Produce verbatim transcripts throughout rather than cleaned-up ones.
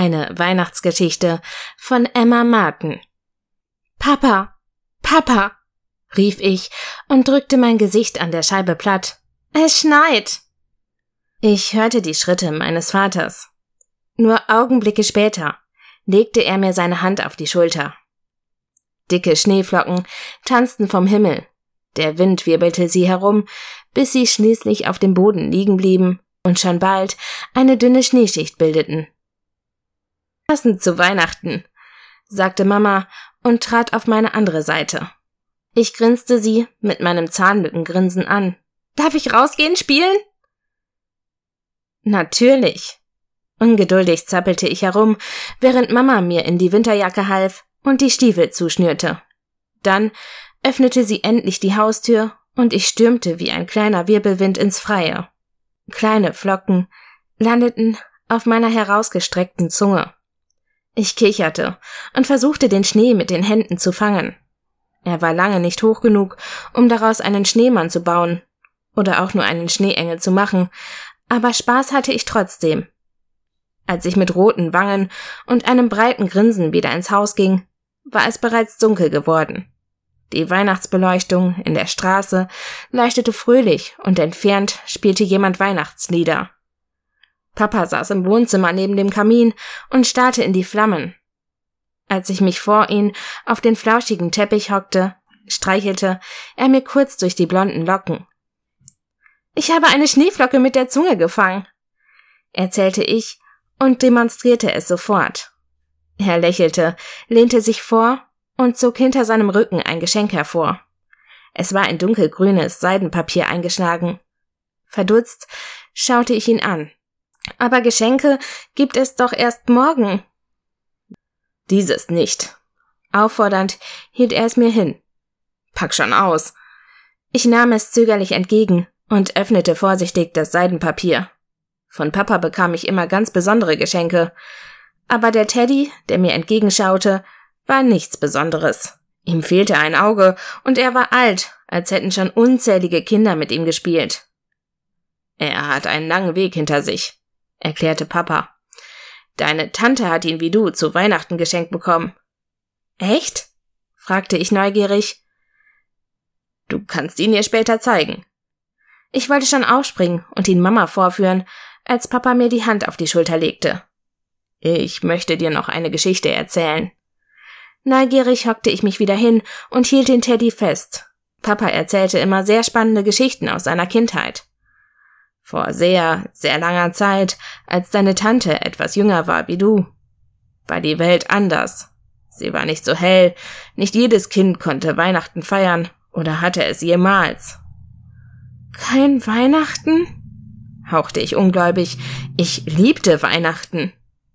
Eine Weihnachtsgeschichte von Emma Martin. »Papa, Papa«, rief ich und drückte mein Gesicht an der Scheibe platt. »Es schneit!« Ich hörte die Schritte meines Vaters. Nur Augenblicke später legte er mir seine Hand auf die Schulter. Dicke Schneeflocken tanzten vom Himmel. Der Wind wirbelte sie herum, bis sie schließlich auf dem Boden liegen blieben und schon bald eine dünne Schneeschicht bildeten. »Passend zu Weihnachten«, sagte Mama und trat auf meine andere Seite. Ich grinste sie mit meinem Zahnlückengrinsen an. »Darf ich rausgehen, spielen?« »Natürlich.« Ungeduldig zappelte ich herum, während Mama mir in die Winterjacke half und die Stiefel zuschnürte. Dann öffnete sie endlich die Haustür und ich stürmte wie ein kleiner Wirbelwind ins Freie. Kleine Flocken landeten auf meiner herausgestreckten Zunge. Ich kicherte und versuchte, den Schnee mit den Händen zu fangen. Er war lange nicht hoch genug, um daraus einen Schneemann zu bauen oder auch nur einen Schneeengel zu machen, aber Spaß hatte ich trotzdem. Als ich mit roten Wangen und einem breiten Grinsen wieder ins Haus ging, war es bereits dunkel geworden. Die Weihnachtsbeleuchtung in der Straße leuchtete fröhlich und entfernt spielte jemand Weihnachtslieder. Papa saß im Wohnzimmer neben dem Kamin und starrte in die Flammen. Als ich mich vor ihn auf den flauschigen Teppich hockte, streichelte er mir kurz durch die blonden Locken. »Ich habe eine Schneeflocke mit der Zunge gefangen«, erzählte ich und demonstrierte es sofort. Er lächelte, lehnte sich vor und zog hinter seinem Rücken ein Geschenk hervor. Es war in dunkelgrünes Seidenpapier eingeschlagen. Verdutzt schaute ich ihn an. »Aber Geschenke gibt es doch erst morgen.« »Dieses nicht.« Auffordernd hielt er es mir hin. »Pack schon aus.« Ich nahm es zögerlich entgegen und öffnete vorsichtig das Seidenpapier. Von Papa bekam ich immer ganz besondere Geschenke. Aber der Teddy, der mir entgegenschaute, war nichts Besonderes. Ihm fehlte ein Auge und er war alt, als hätten schon unzählige Kinder mit ihm gespielt. »Er hat einen langen Weg hinter sich«, erklärte Papa. »Deine Tante hat ihn wie du zu Weihnachten geschenkt bekommen.« »Echt?« fragte ich neugierig. »Du kannst ihn ihr später zeigen.« Ich wollte schon aufspringen und ihn Mama vorführen, als Papa mir die Hand auf die Schulter legte. »Ich möchte dir noch eine Geschichte erzählen.« Neugierig hockte ich mich wieder hin und hielt den Teddy fest. Papa erzählte immer sehr spannende Geschichten aus seiner Kindheit. Vor sehr, sehr langer Zeit, als deine Tante etwas jünger war wie du, war die Welt anders. Sie war nicht so hell, nicht jedes Kind konnte Weihnachten feiern oder hatte es jemals. »Kein Weihnachten?« hauchte ich ungläubig. Ich liebte Weihnachten.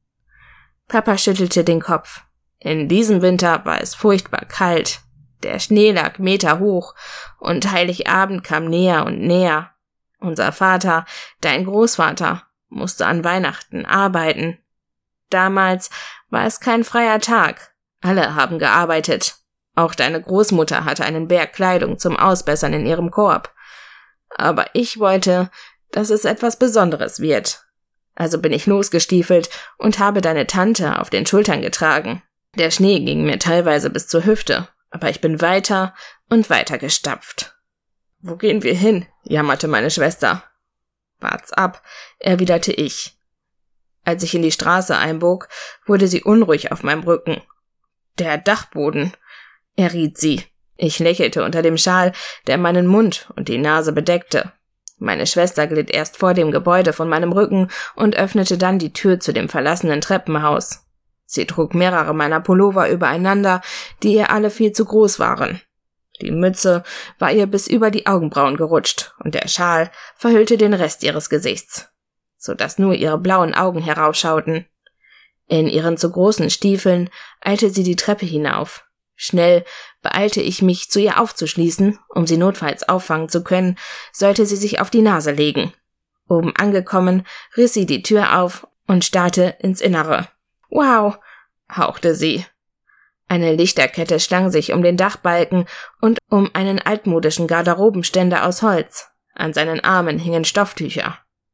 Papa schüttelte den Kopf. In diesem Winter war es furchtbar kalt. Der Schnee lag meterhoch und Heiligabend kam näher und näher. Unser Vater, dein Großvater, musste an Weihnachten arbeiten. Damals war es kein freier Tag. Alle haben gearbeitet. Auch deine Großmutter hatte einen Berg Kleidung zum Ausbessern in ihrem Korb. Aber ich wollte, dass es etwas Besonderes wird. Also bin ich losgestiefelt und habe deine Tante auf den Schultern getragen. Der Schnee ging mir teilweise bis zur Hüfte, aber ich bin weiter und weiter gestapft. »Wo gehen wir hin?« jammerte meine Schwester. »Wart's ab«, erwiderte ich. Als ich in die Straße einbog, wurde sie unruhig auf meinem Rücken. »Der Dachboden«, erriet sie. Ich lächelte unter dem Schal, der meinen Mund und die Nase bedeckte. Meine Schwester glitt erst vor dem Gebäude von meinem Rücken und öffnete dann die Tür zu dem verlassenen Treppenhaus. Sie trug mehrere meiner Pullover übereinander, die ihr alle viel zu groß waren. Die Mütze war ihr bis über die Augenbrauen gerutscht und der Schal verhüllte den Rest ihres Gesichts, so dass nur ihre blauen Augen herausschauten. In ihren zu großen Stiefeln eilte sie die Treppe hinauf. Schnell beeilte ich mich, zu ihr aufzuschließen, um sie notfalls auffangen zu können, sollte sie sich auf die Nase legen. Oben angekommen, riss sie die Tür auf und starrte ins Innere. »Wow«, hauchte sie. Eine Lichterkette schlang sich um den Dachbalken und um einen altmodischen Garderobenständer aus Holz. An seinen Armen hingen Stofftücher.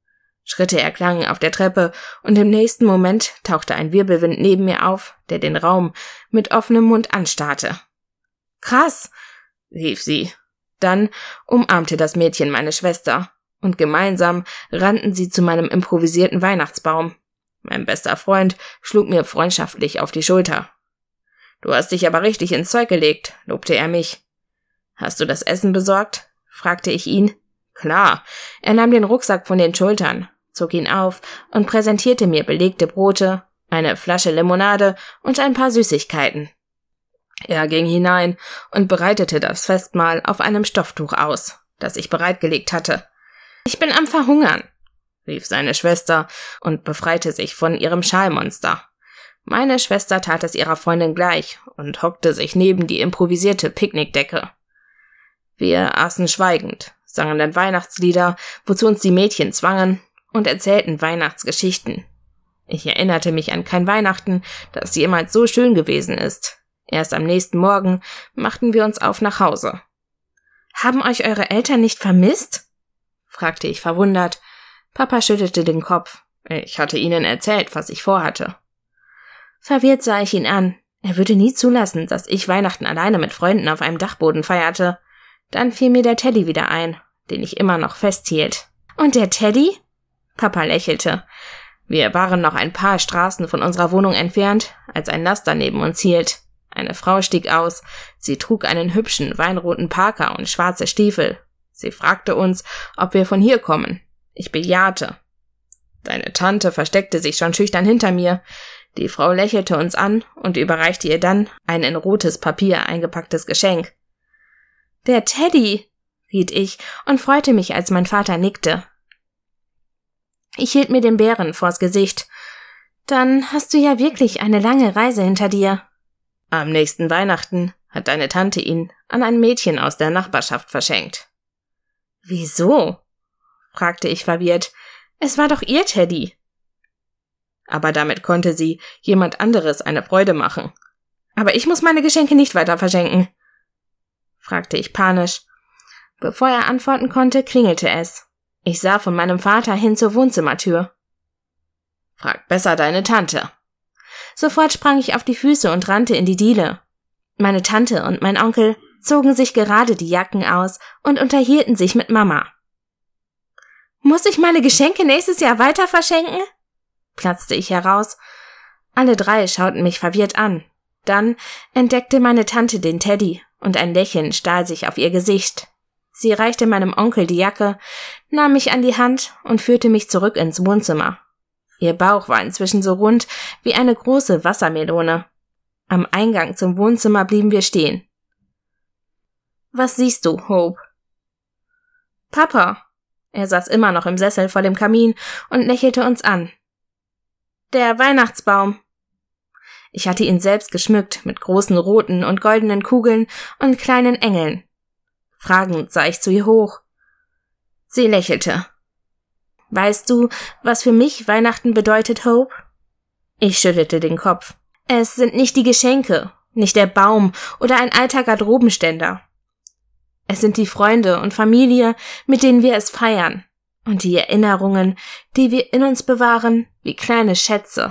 Schritte erklangen auf der Treppe und im nächsten Moment tauchte ein Wirbelwind neben mir auf, der den Raum mit offenem Mund anstarrte. »Krass«, rief sie. Dann umarmte das Mädchen meine Schwester und gemeinsam rannten sie zu meinem improvisierten Weihnachtsbaum. Mein bester Freund schlug mir freundschaftlich auf die Schulter. »Du hast dich aber richtig ins Zeug gelegt«, lobte er mich. »Hast du das Essen besorgt?« fragte ich ihn. »Klar.« Er nahm den Rucksack von den Schultern, zog ihn auf und präsentierte mir belegte Brote, eine Flasche Limonade und ein paar Süßigkeiten. Er ging hinein und bereitete das Festmahl auf einem Stofftuch aus, das ich bereitgelegt hatte. »Ich bin am Verhungern«, rief seine Schwester und befreite sich von ihrem Schalmonster. Meine Schwester tat es ihrer Freundin gleich und hockte sich neben die improvisierte Picknickdecke. Wir aßen schweigend, sangen dann Weihnachtslieder, wozu uns die Mädchen zwangen, und erzählten Weihnachtsgeschichten. Ich erinnerte mich an kein Weihnachten, das jemals so schön gewesen ist. Erst am nächsten Morgen machten wir uns auf nach Hause. »Haben euch eure Eltern nicht vermisst?« fragte ich verwundert. Papa schüttelte den Kopf. Ich hatte ihnen erzählt, was ich vorhatte. Verwirrt sah ich ihn an. Er würde nie zulassen, dass ich Weihnachten alleine mit Freunden auf einem Dachboden feierte. Dann fiel mir der Teddy wieder ein, den ich immer noch festhielt. »Und der Teddy?« Papa lächelte. Wir waren noch ein paar Straßen von unserer Wohnung entfernt, als ein Laster neben uns hielt. Eine Frau stieg aus. Sie trug einen hübschen, weinroten Parker und schwarze Stiefel. Sie fragte uns, ob wir von hier kommen. Ich bejahte. Deine Tante versteckte sich schon schüchtern hinter mir. Die Frau lächelte uns an und überreichte ihr dann ein in rotes Papier eingepacktes Geschenk. »Der Teddy«, riet ich und freute mich, als mein Vater nickte. Ich hielt mir den Bären vors Gesicht. »Dann hast du ja wirklich eine lange Reise hinter dir.« Am nächsten Weihnachten hat deine Tante ihn an ein Mädchen aus der Nachbarschaft verschenkt. »Wieso?« fragte ich verwirrt. »Es war doch ihr Teddy.« Aber damit konnte sie jemand anderes eine Freude machen. »Aber ich muss meine Geschenke nicht weiter verschenken«, fragte ich panisch. Bevor er antworten konnte, klingelte es. Ich sah von meinem Vater hin zur Wohnzimmertür. »Frag besser deine Tante.« Sofort sprang ich auf die Füße und rannte in die Diele. Meine Tante und mein Onkel zogen sich gerade die Jacken aus und unterhielten sich mit Mama. »Muss ich meine Geschenke nächstes Jahr weiter verschenken?« platzte ich heraus. Alle drei schauten mich verwirrt an. Dann entdeckte meine Tante den Teddy und ein Lächeln stahl sich auf ihr Gesicht. Sie reichte meinem Onkel die Jacke, nahm mich an die Hand und führte mich zurück ins Wohnzimmer. Ihr Bauch war inzwischen so rund wie eine große Wassermelone. Am Eingang zum Wohnzimmer blieben wir stehen. »Was siehst du, Hope?« »Papa.« Er saß immer noch im Sessel vor dem Kamin und lächelte uns an. »Der Weihnachtsbaum.« Ich hatte ihn selbst geschmückt mit großen roten und goldenen Kugeln und kleinen Engeln. Fragend sah ich zu ihr hoch. Sie lächelte. »Weißt du, was für mich Weihnachten bedeutet, Hope?« Ich schüttelte den Kopf. »Es sind nicht die Geschenke, nicht der Baum oder ein alter Garderobenständer. Es sind die Freunde und Familie, mit denen wir es feiern, und die Erinnerungen, die wir in uns bewahren, wie kleine Schätze.«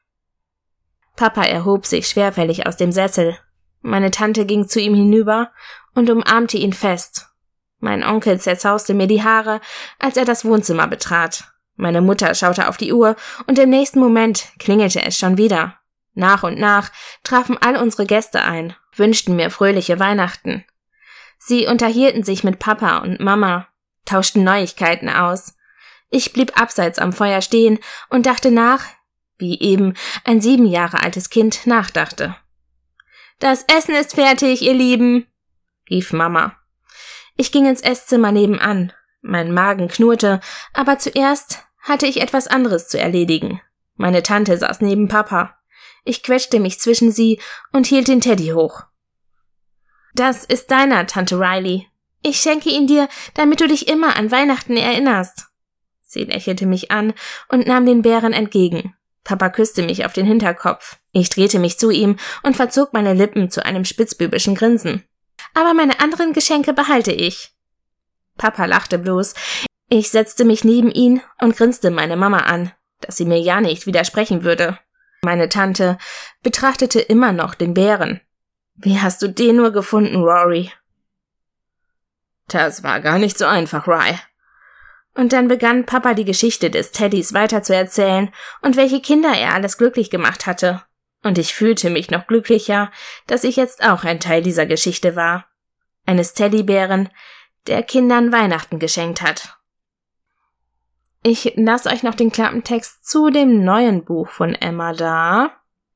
Papa erhob sich schwerfällig aus dem Sessel. Meine Tante ging zu ihm hinüber und umarmte ihn fest. Mein Onkel zerzauste mir die Haare, als er das Wohnzimmer betrat. Meine Mutter schaute auf die Uhr und im nächsten Moment klingelte es schon wieder. Nach und nach trafen all unsere Gäste ein, wünschten mir fröhliche Weihnachten. Sie unterhielten sich mit Papa und Mama, tauschten Neuigkeiten aus. Ich blieb abseits am Feuer stehen und dachte nach, wie eben ein sieben Jahre altes Kind nachdachte. »Das Essen ist fertig, ihr Lieben«, rief Mama. Ich ging ins Esszimmer nebenan. Mein Magen knurrte, aber zuerst hatte ich etwas anderes zu erledigen. Meine Tante saß neben Papa. Ich quetschte mich zwischen sie und hielt den Teddy hoch. »Das ist deiner, Tante Riley. Ich schenke ihn dir, damit du dich immer an Weihnachten erinnerst.« Sie lächelte mich an und nahm den Bären entgegen. Papa küsste mich auf den Hinterkopf. Ich drehte mich zu ihm und verzog meine Lippen zu einem spitzbübischen Grinsen. »Aber meine anderen Geschenke behalte ich.« Papa lachte bloß. Ich setzte mich neben ihn und grinste meine Mama an, dass sie mir ja nicht widersprechen würde. Meine Tante betrachtete immer noch den Bären. »Wie hast du den nur gefunden, Rory?« »Das war gar nicht so einfach, Rye.« Und dann begann Papa die Geschichte des Teddys weiterzuerzählen und welche Kinder er alles glücklich gemacht hatte. Und ich fühlte mich noch glücklicher, dass ich jetzt auch ein Teil dieser Geschichte war. Eines Teddybären, der Kindern Weihnachten geschenkt hat. Ich lasse euch noch den Klappentext zu dem neuen Buch von Emma da.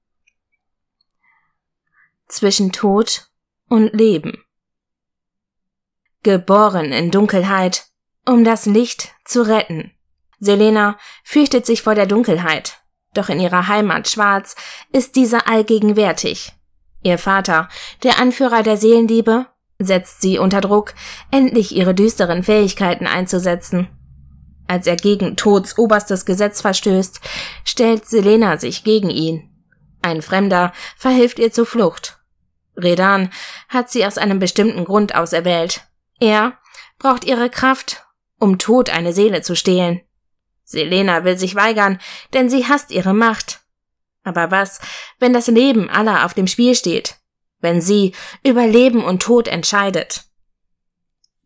Zwischen Tod und Leben. Geboren in Dunkelheit, um das Licht zu retten. Selena fürchtet sich vor der Dunkelheit, doch in ihrer Heimat Schwarz ist diese allgegenwärtig. Ihr Vater, der Anführer der Seelendiebe, setzt sie unter Druck, endlich ihre düsteren Fähigkeiten einzusetzen. Als er gegen Tods oberstes Gesetz verstößt, stellt Selena sich gegen ihn. Ein Fremder verhilft ihr zur Flucht. Redan hat sie aus einem bestimmten Grund auserwählt. Er braucht ihre Kraft, um Tod eine Seele zu stehlen. Selena will sich weigern, denn sie hasst ihre Macht. Aber was, wenn das Leben aller auf dem Spiel steht? Wenn sie über Leben und Tod entscheidet?